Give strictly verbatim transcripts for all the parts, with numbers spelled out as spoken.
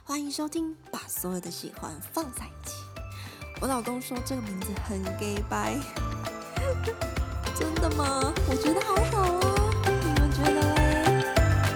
欢迎收听，把所有的喜欢放在一起。我老公说这个名字很 gay 掰，真的吗？我觉得还好啊，你们觉得嘞？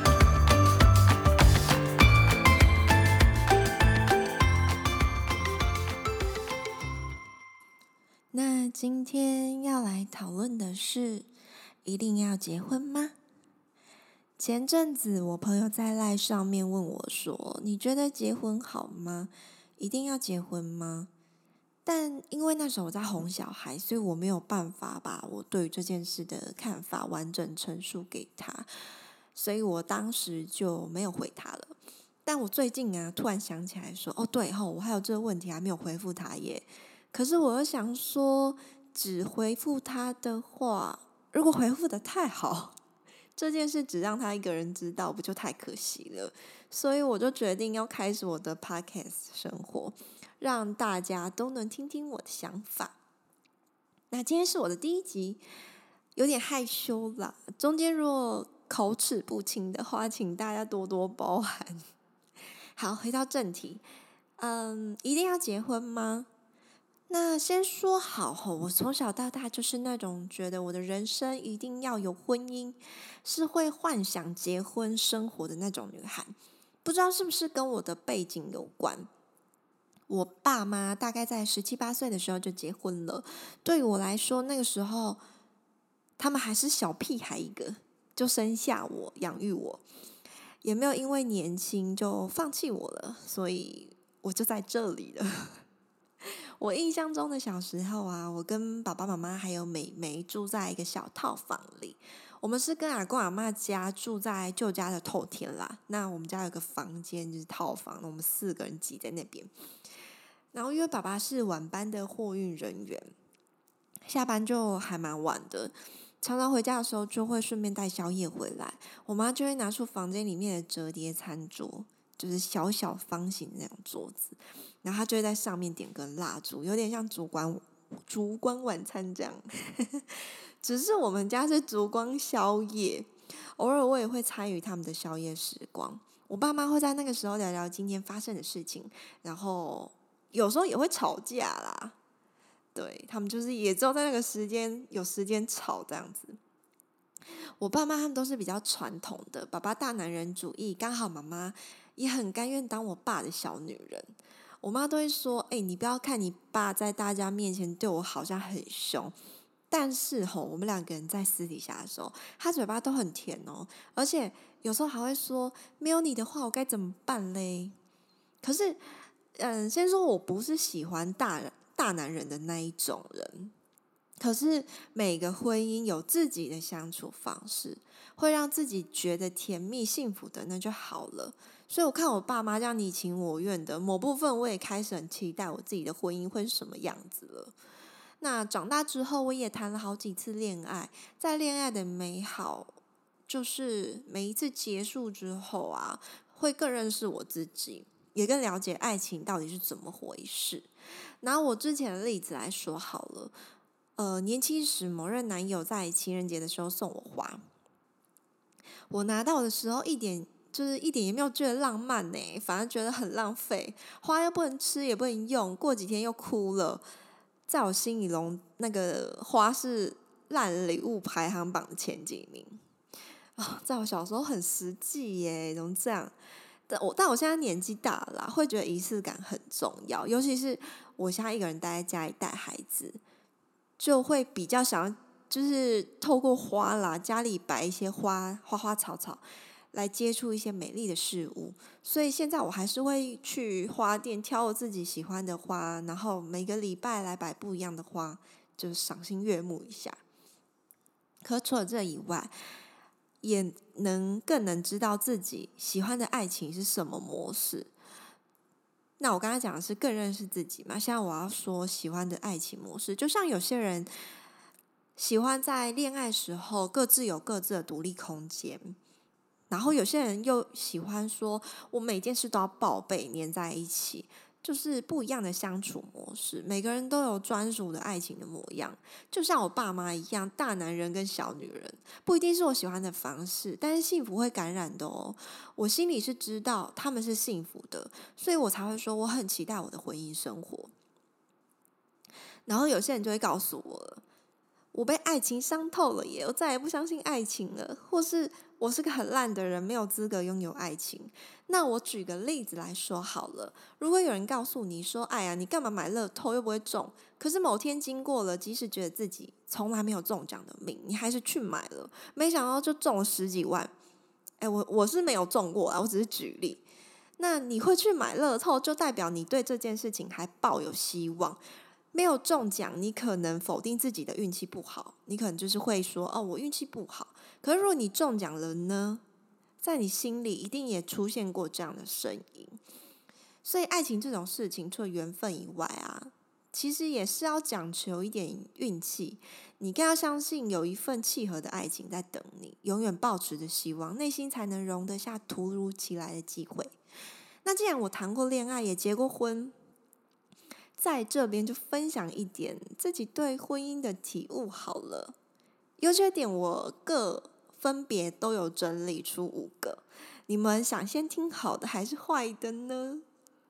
那今天要来讨论的是，一定要结婚吗？前阵子我朋友在赖上面问我说，你觉得结婚好吗？一定要结婚吗？但因为那时候我在哄小孩，所以我没有办法把我对于这件事的看法完整陈述给他，所以我当时就没有回他了。但我最近啊，突然想起来说，哦对吼，我还有这个问题还没有回复他耶。可是我又想说，只回复他的话，如果回复的太好，这件事只让他一个人知道，不就太可惜了？所以我就决定要开始我的 podcast 生活，让大家都能听听我的想法。那今天是我的第一集，有点害羞啦，中间如果口齿不清的话，请大家多多包涵。好，回到正题，嗯，一定要结婚吗？那先说好吼，我从小到大就是那种觉得我的人生一定要有婚姻，是会幻想结婚生活的那种女孩。不知道是不是跟我的背景有关？我爸妈大概在十七八岁的时候就结婚了，对于我来说，那个时候他们还是小屁孩一个，就生下我，养育我，也没有因为年轻就放弃我了，所以我就在这里了。我印象中的小时候啊，我跟爸爸妈妈还有妹妹住在一个小套房里。我们是跟阿公阿嬷家住在旧家的透天啦。那我们家有个房间就是套房，我们四个人挤在那边。然后因为爸爸是晚班的货运人员，下班就还蛮晚的，常常回家的时候就会顺便带宵夜回来。我妈就会拿出房间里面的折叠餐桌，就是小小方形的那种桌子，然后她就会在上面点根蜡烛，有点像烛光烛光晚餐这样。只是我们家是烛光宵夜，偶尔我也会参与他们的宵夜时光。我爸妈会在那个时候聊聊今天发生的事情，然后有时候也会吵架啦。对，他们就是也只有在那个时间有时间吵这样子。我爸妈他们都是比较传统的，爸爸大男人主义，刚好妈妈也很甘愿当我爸的小女人。我妈都会说：“哎、欸，你不要看你爸在大家面前对我好像很凶，但是吼，我们两个人在私底下的时候，他嘴巴都很甜哦，而且有时候还会说，没有你的话，我该怎么办嘞？”可是，嗯，先说我不是喜欢大人大男人的那一种人。可是每个婚姻有自己的相处方式，会让自己觉得甜蜜幸福的，那就好了。所以我看我爸妈这样你情我愿的，某部分我也开始很期待我自己的婚姻会是什么样子了。那长大之后，我也谈了好几次恋爱，在恋爱的美好，就是每一次结束之后啊，会更认识我自己，也更了解爱情到底是怎么回事。拿我之前的例子来说好了。呃，年轻时某任男友在情人节的时候送我花，我拿到的时候一点就是一点也没有觉得浪漫呢，反而觉得很浪费，花又不能吃也不能用，过几天又枯了。在我心里龙那个花是烂礼物排行榜的前几名啊、哦！在我小时候很实际耶，怎么这样？但我但我现在年纪大了啦，会觉得仪式感很重要，尤其是我现在一个人待在家里带孩子。就会比较想要，就是透过花啦，家里摆一些花花花草草，来接触一些美丽的事物。所以现在我还是会去花店挑我自己喜欢的花，然后每个礼拜来摆不一样的花，就是赏心悦目一下。可除了这以外，也能更能知道自己喜欢的爱情是什么模式。那我刚才讲的是更认识自己嘛，现在我要说喜欢的爱情模式，就像有些人喜欢在恋爱时候各自有各自的独立空间，然后有些人又喜欢说我每件事都要报备黏在一起， 就是不一样的相处模式，每个人都有专属的爱情的模样。就像我爸妈一样，大男人跟小女人，不一定是我喜欢的方式，但是幸福会感染的哦。我心里是知道他们是幸福的，所以我才会说我很期待我的婚姻生活。然后有些人就会告诉我了，我被爱情伤透了耶，我再也不相信爱情了，或是我是个很烂的人，没有资格拥有爱情。那我举个例子来说好了，如果有人告诉你说，哎呀，你干嘛买乐透又不会中，可是某天经过了，即使觉得自己从来没有中奖的命，你还是去买了，没想到就中了十几万。哎，我我是没有中过啊，我只是举例。那你会去买乐透，就代表你对这件事情还抱有希望。没有中奖，你可能否定自己的运气不好，你可能就是会说，哦，我运气不好。可是如果你中奖了呢，在你心里一定也出现过这样的声音。所以爱情这种事情，除了缘分以外啊，其实也是要讲求一点运气。你更要相信有一份契合的爱情在等你，永远抱持着希望，内心才能容得下突如其来的机会。那既然我谈过恋爱，也结过婚，在这边就分享一点自己对婚姻的体悟好了。优缺点我各分别都有整理出五个，你们想先听好的还是坏的呢？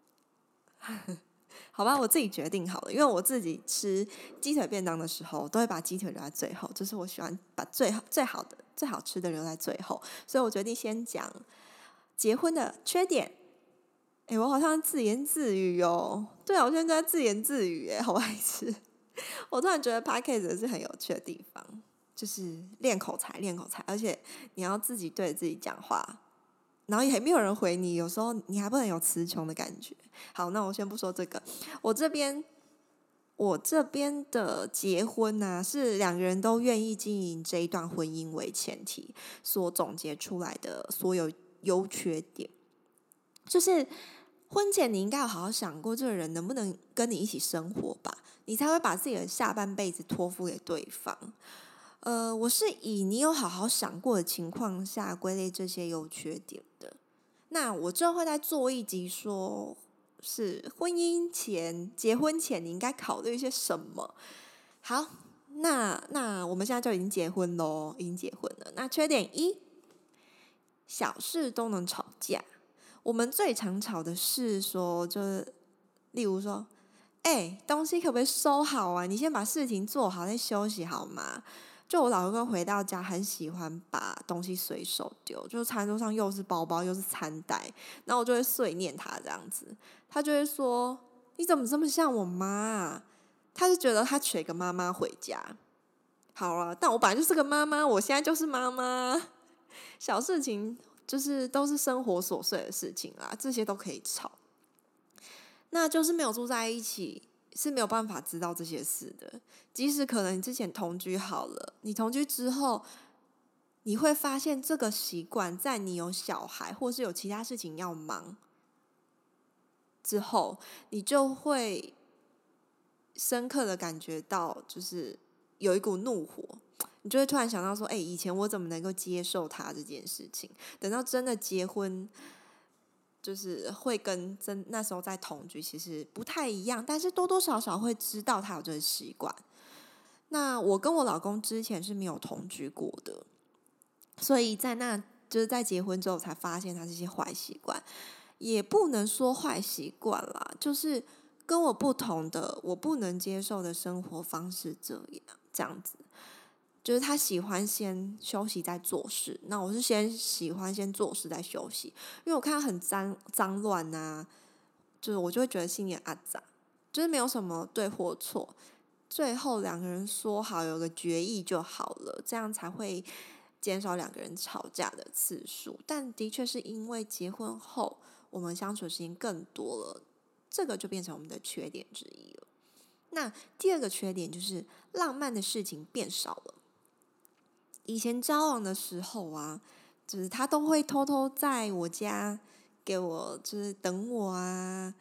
好吧，我自己决定好了，因为我自己吃鸡腿便当的时候，都会把鸡腿留在最后，就是我喜欢把最好最好的最好吃的留在最后，所以我决定先讲结婚的缺点。哎，我好像自言自语哦。对啊，我现在在自言自语，哎，好白痴。我突然觉得 Podcast 是很有趣的地方，就是练口才，练口才，而且你要自己对自己讲话，然后也没有人回你，有时候你还不能有词穷的感觉。好，那我先不说这个，我这边我这边的结婚啊，是两个人都愿意经营这一段婚姻为前提所总结出来的所有优缺点，就是婚前你应该有好好想过这个人能不能跟你一起生活吧，你才会把自己的下半辈子托付给对方。呃，我是以你有好好想过的情况下归类这些优缺点的。那我之后会再做一集说，是婚姻前、结婚前你应该考虑一些什么。好，那那我们现在就已经结婚喽，已经结婚了。那缺点一，小事都能吵架。我们最常吵的是说，就是例如说，哎、欸，东西可不可以收好啊？你先把事情做好再休息好吗？就我老公回到家很喜欢把东西随手丢，就餐桌上又是包包又是餐袋，然后我就会碎念他这样子，他就会说你怎么这么像我妈啊？他就觉得他娶个妈妈回家。好了，但我本来就是个妈妈，我现在就是妈妈，小事情就是都是生活琐碎的事情啦，这些都可以吵。那就是没有住在一起是没有办法知道这些事的。即使可能你之前同居好了，你同居之后，你会发现这个习惯在你有小孩或是有其他事情要忙之后，你就会深刻的感觉到，就是有一股怒火。你就会突然想到说，哎、欸，以前我怎么能够接受他这件事情？等到真的结婚，就是会跟真那时候在同居其实不太一样，但是多多少少会知道他有这个习惯。那我跟我老公之前是没有同居过的，所以在那就是在结婚之后才发现他这些坏习惯，也不能说坏习惯啦，就是跟我不同的，我不能接受的生活方式，这样这样子。就是他喜欢先休息再做事，那我是先喜欢先做事再休息，因为我看他很脏脏乱啊，就是我就会觉得心里阿杂，就是没有什么对或错，最后两个人说好有个决议就好了，这样才会减少两个人吵架的次数。但的确是因为结婚后我们相处的时间更多了，这个就变成我们的缺点之一了。那第二个缺点就是浪漫的事情变少了。以前交往的时候啊，就是他都会偷偷在我家给我，就是等我啊，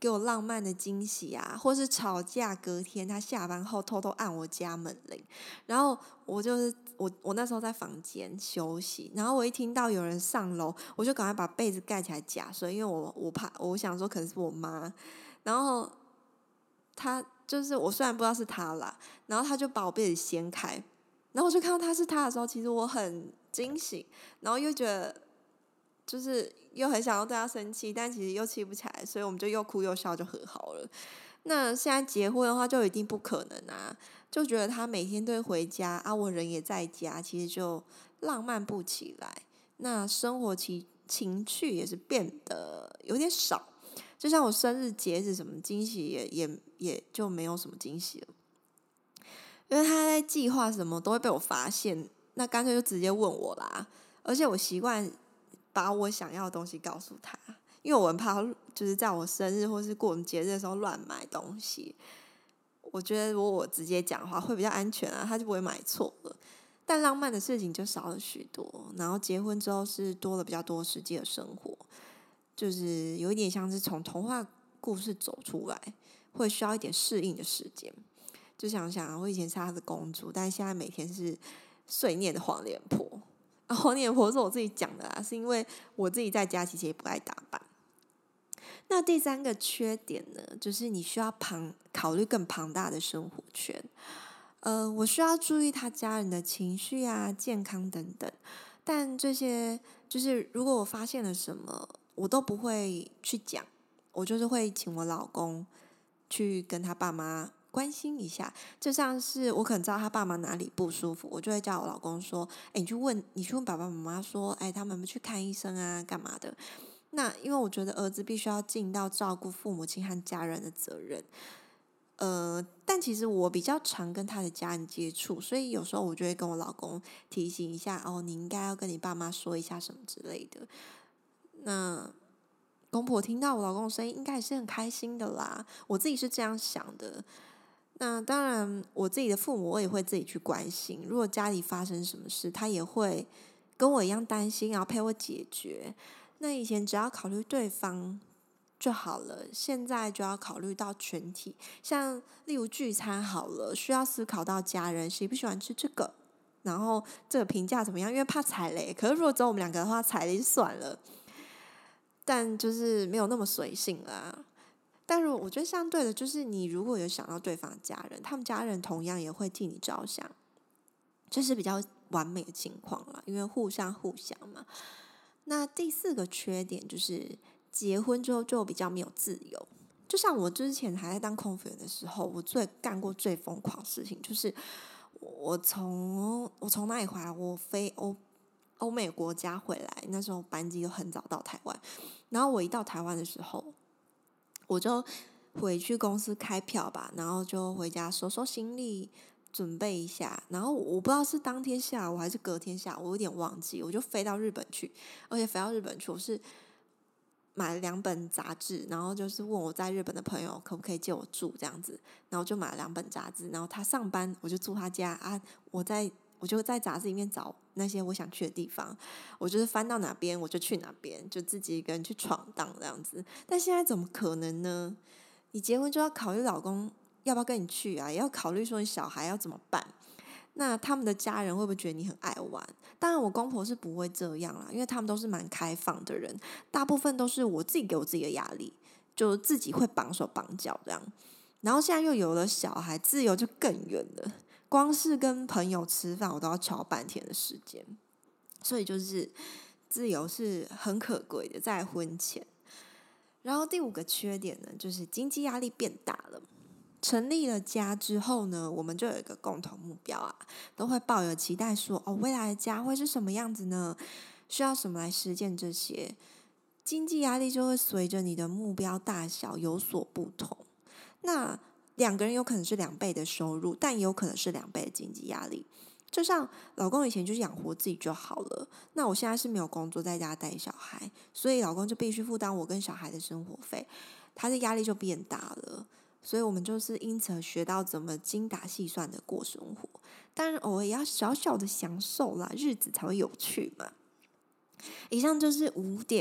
给我浪漫的惊喜啊，或是吵架隔天他下班后偷偷按我家门铃，然后我就是我我那时候在房间休息，然后我一听到有人上楼，我就赶快把被子盖起来假睡，因为我我怕我想说可能是我妈，然后他就是我虽然不知道是他啦，然后他就把我被子掀开，然后我就看到他是他的时候，其实我很惊喜，然后又觉得就是又很想要对他生气，但其实又气不起来，所以我们就又哭又笑就和好了。那现在结婚的话就一定不可能啊，就觉得他每天都会回家啊，我人也在家，其实就浪漫不起来。那生活情情趣也是变得有点少，就像我生日节日什么惊喜也也也就没有什么惊喜了，因为他在计划什么都会被我发现，那干脆就直接问我啦。而且我习惯把我想要的东西告诉他，因为我很怕就是在我生日或是过我们节日的时候乱买东西。我觉得如果我直接讲的话会比较安全啊，他就不会买错了。但浪漫的事情就少了许多，然后结婚之后是多了比较多实际的生活，就是有一点像是从童话故事走出来，会需要一点适应的时间。就想想啊，我以前是他的公主，但现在每天是碎念的黄脸婆。啊，黄脸婆是我自己讲的啦，是因为我自己在家其实也不爱打扮。那第三个缺点呢，就是你需要庞考虑更庞大的生活圈。呃，我需要注意他家人的情绪啊、健康等等。但这些就是如果我发现了什么，我都不会去讲，我就是会请我老公去跟他爸妈关心一下。就像是我可能知道他爸妈哪里不舒服，我就会叫我老公说：“哎，你去问，你去问爸爸妈妈说，哎，他们去看医生啊，干嘛的？”那因为我觉得儿子必须要尽到照顾父母亲和家人的责任，呃，但其实我比较常跟他的家人接触，所以有时候我就会跟我老公提醒一下，哦，你应该要跟你爸妈说一下什么之类的。那公婆听到我老公的声音，应该也是很开心的啦。我自己是这样想的。那当然，我自己的父母我也会自己去关心，如果家里发生什么事，他也会跟我一样担心，然后陪我解决。那以前只要考虑对方就好了，现在就要考虑到全体，像例如聚餐好了，需要思考到家人喜不喜欢吃这个，然后这个评价怎么样，因为怕踩雷。可是如果只有我们两个的话，踩雷就算了，但就是没有那么随性啦。但如果我觉得相对的，就是你如果有想到对方的家人，他们家人同样也会替你着想，这是比较完美的情况啦，因为互相互相嘛。那第四个缺点就是结婚之后就比较没有自由。就像我之前还在当空服员的时候，我最干过最疯狂的事情就是我从我从哪里回来？我飞欧欧美国家回来，那时候班机都很早到台湾，然后我一到台湾的时候，我就回去公司开票吧，然后就回家收收行李，准备一下。然后我不知道是当天下午还是隔天下午，我有点忘记，我就飞到日本去。而且飞到日本去，我是买了两本杂志，然后就是问我在日本的朋友可不可以借我住这样子，然后就买了两本杂志，然后他上班我就住他家啊，我在我就在杂志里面找那些我想去的地方，我就是翻到哪边我就去哪边，就自己一个人去闯荡这样子。但现在怎么可能呢？你结婚就要考虑老公要不要跟你去啊，也要考虑说你小孩要怎么办。那他们的家人会不会觉得你很爱玩？当然我公婆是不会这样啦，因为他们都是蛮开放的人，大部分都是我自己给我自己的压力，就自己会绑手绑脚这样。然后现在又有了小孩，自由就更远了，光是跟朋友吃饭我都要吵半天的时间，所以就是自由是很可贵的，在婚前。然后第五个缺点呢，就是经济压力变大了。成立了家之后呢，我们就有一个共同目标啊，都会抱有期待说，哦，未来的家会是什么样子呢？需要什么来实现这些？经济压力就会随着你的目标大小有所不同。那两个人有可能是两倍的收入，但也有可能是两倍的经济压力。就像老公以前就是养活自己就好了，那我现在是没有工作，在家带小孩，所以老公就必须负担我跟小孩的生活费，他的压力就变大了。所以我们就是因此而学到怎么精打细算的过生活，当然偶尔也要小小的享受啦，日子才会有趣嘛。以上就是五点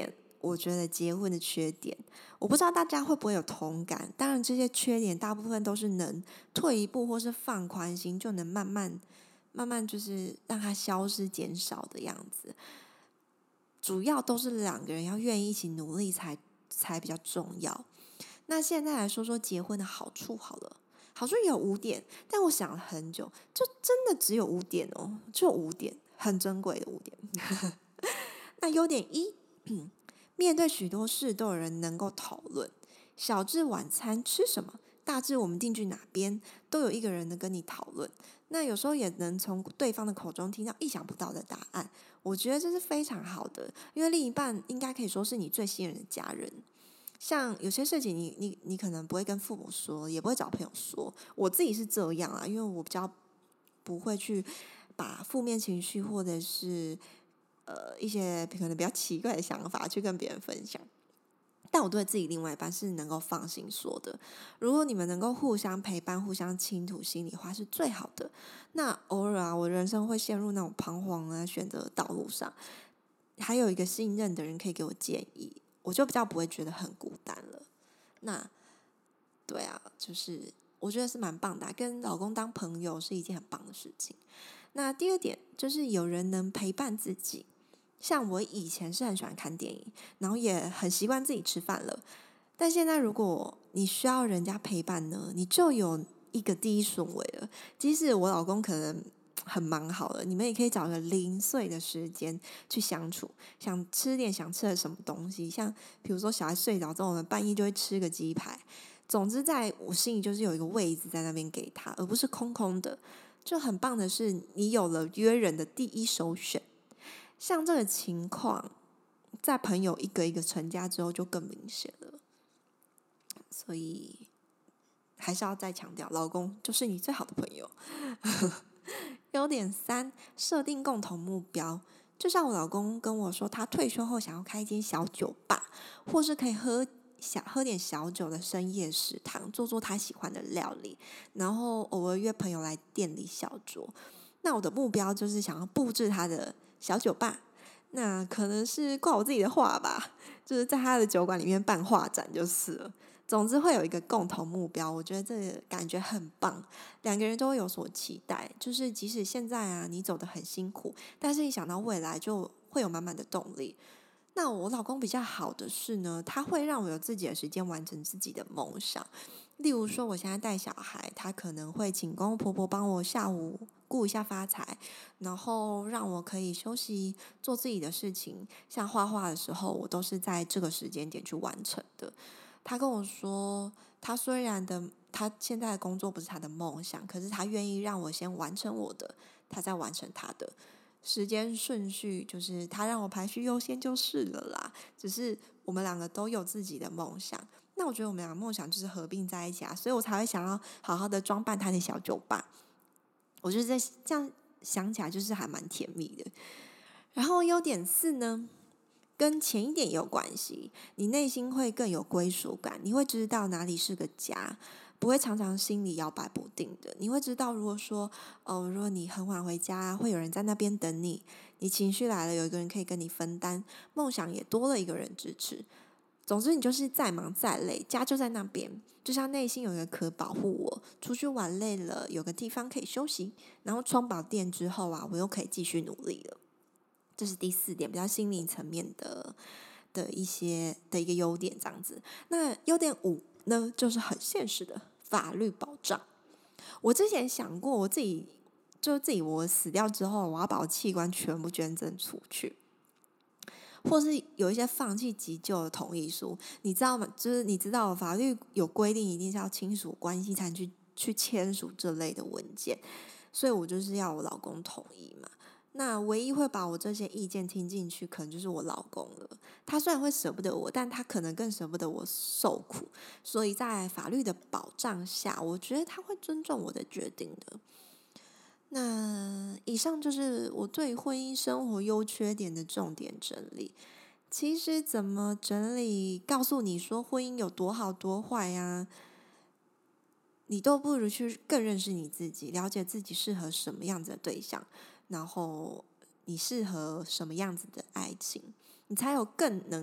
我觉得结婚的缺点，我不知道大家会不会有同感。当然，这些缺点大部分都是能退一步或是放宽心，就能慢慢慢慢就是让它消失减少的样子。主要都是两个人要愿意一起努力才才比较重要。那现在来说说结婚的好处好了，好处有五点，但我想了很久，就真的只有五点哦，就五点，很珍贵的五点。那优点一，面对许多事都有人能够讨论，小至晚餐吃什么，大至我们定居哪边，都有一个人能跟你讨论。那有时候也能从对方的口中听到意想不到的答案，我觉得这是非常好的，因为另一半应该可以说是你最信任的家人。像有些事情你你你可能不会跟父母说，也不会找朋友说，我自己是这样啊，因为我比较不会去把负面情绪或者是呃一些可能比较奇怪的想法去跟别人分享。但我对自己另外一半是能够放心说的。如果你们能够互相陪伴、互相倾吐心里话，是最好的。那偶尔啊，我人生会陷入那种彷徨啊选择道路上，还有一个信任的人可以给我建议，我就比较不会觉得很孤单了。那对啊，就是我觉得是蛮棒的啊，跟老公当朋友是一件很棒的事情。那第二点就是有人能陪伴自己。像我以前是很喜欢看电影，然后也很习惯自己吃饭了。但现在如果你需要人家陪伴呢，你就有一个第一顺位了。即使我老公可能很忙好了，你们也可以找个零碎的时间去相处，想吃点想吃的什么东西，像比如说小孩睡着之后，我们半夜就会吃个鸡排。总之，在我心里就是有一个位置在那边给他，而不是空空的。就很棒的是，你有了约人的第一首选。像这个情况，在朋友一个一个成家之后就更明显了。所以还是要再强调，老公就是你最好的朋友。优点三，设定共同目标。就像我老公跟我说，他退休后想要开一间小酒吧，或是可以喝小喝点小酒的深夜食堂，做做他喜欢的料理，然后偶尔约朋友来店里小酌。那我的目标就是想要布置他的小酒吧，那可能是挂我自己的画吧，就是在他的酒馆里面办画展就是了。总之会有一个共同目标，我觉得这个感觉很棒，两个人都会有所期待。就是即使现在啊你走得很辛苦，但是一想到未来就会有满满的动力。那我老公比较好的是呢，他会让我有自己的时间完成自己的梦想。例如说，我现在带小孩，他可能会请公公婆婆帮我下午顾一下发财，然后让我可以休息做自己的事情。像画画的时候，我都是在这个时间点去完成的。他跟我说，他虽然的他现在的工作不是他的梦想，可是他愿意让我先完成我的，他再完成他的。时间顺序就是他让我排序优先就是了啦，只是我们两个都有自己的梦想。那我觉得我们两个梦想就是合并在一起啊，所以我才会想要好好的装扮他的小酒吧。我觉得这这样想起来就是还蛮甜蜜的。然后优点四呢，跟前一点也有关系，你内心会更有归属感，你会知道哪里是个家，不会常常心里摇摆不定的。你会知道，如果说，哦，如果你很晚回家，会有人在那边等你，你情绪来了，有一个人可以跟你分担，梦想也多了一个人支持。总之，你就是再忙再累，家就在那边，就像内心有一个壳保护我，出去玩累了，有个地方可以休息，然后充饱电之后啊，我又可以继续努力了。这是第四点，比较心灵层面的的一些的一个优点，这样子。那优点五呢，就是很现实的法律保障。我之前想过，我自己就自己我死掉之后，我要把我器官全部捐赠出去。或是有一些放弃急救的同意书，你知道吗？就是你知道法律有规定，一定是要亲属关系才能去去签署这类的文件，所以我就是要我老公同意嘛。那唯一会把我这些意见听进去，可能就是我老公了。他虽然会舍不得我，但他可能更舍不得我受苦，所以在法律的保障下，我觉得他会尊重我的决定的。那以上就是我对婚姻生活优缺点的重点整理。其实怎么整理，告诉你说婚姻有多好多坏呀、你都不如去更认识你自己，了解自己适合什么样子的对象，然后你适合什么样子的爱情，你才有更能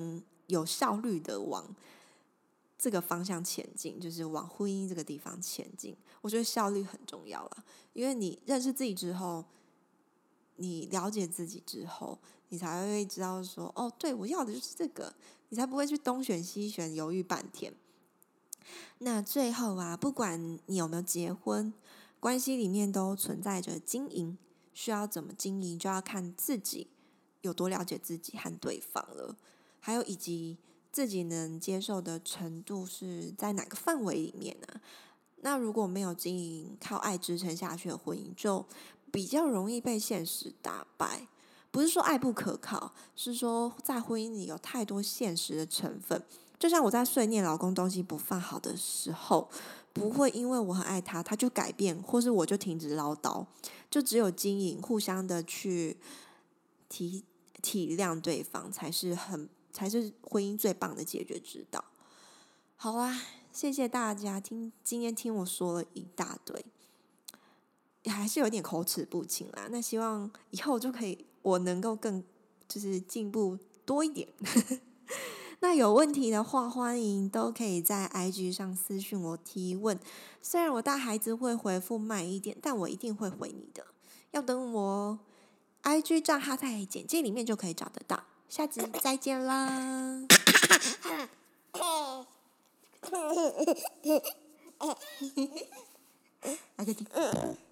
有效率的往这个方向前进，就是往婚姻这个地方前进。我觉得效率很重要啦，因为你认识自己之后，你了解自己之后，你才会知道说，哦，对，我要的就是这个，你才不会去东选西选，犹豫半天。那最后啊，不管你有没有结婚，关系里面都存在着经营，需要怎么经营，就要看自己有多了解自己和对方了，还有以及自己能接受的程度是在哪个范围里面呢、啊？那如果没有经营靠爱支撑下去的婚姻，就比较容易被现实打败。不是说爱不可靠，是说在婚姻里有太多现实的成分。就像我在碎念老公东西不放好的时候，不会因为我很爱他，他就改变，或是我就停止唠叨。就只有经营，互相的去体体谅对方，才是很才是婚姻最棒的解决之道。好啦，谢谢大家听今天听我说了一大堆，还是有点口齿不清啦。那希望以后就可以我能够更就是进步多一点。那有问题的话，欢迎都可以在 I G 上私讯我提问。虽然我大孩子会回复慢一点，但我一定会回你的。要等我哦。I G 账号在简介里面就可以找得到。下集再见啦！来个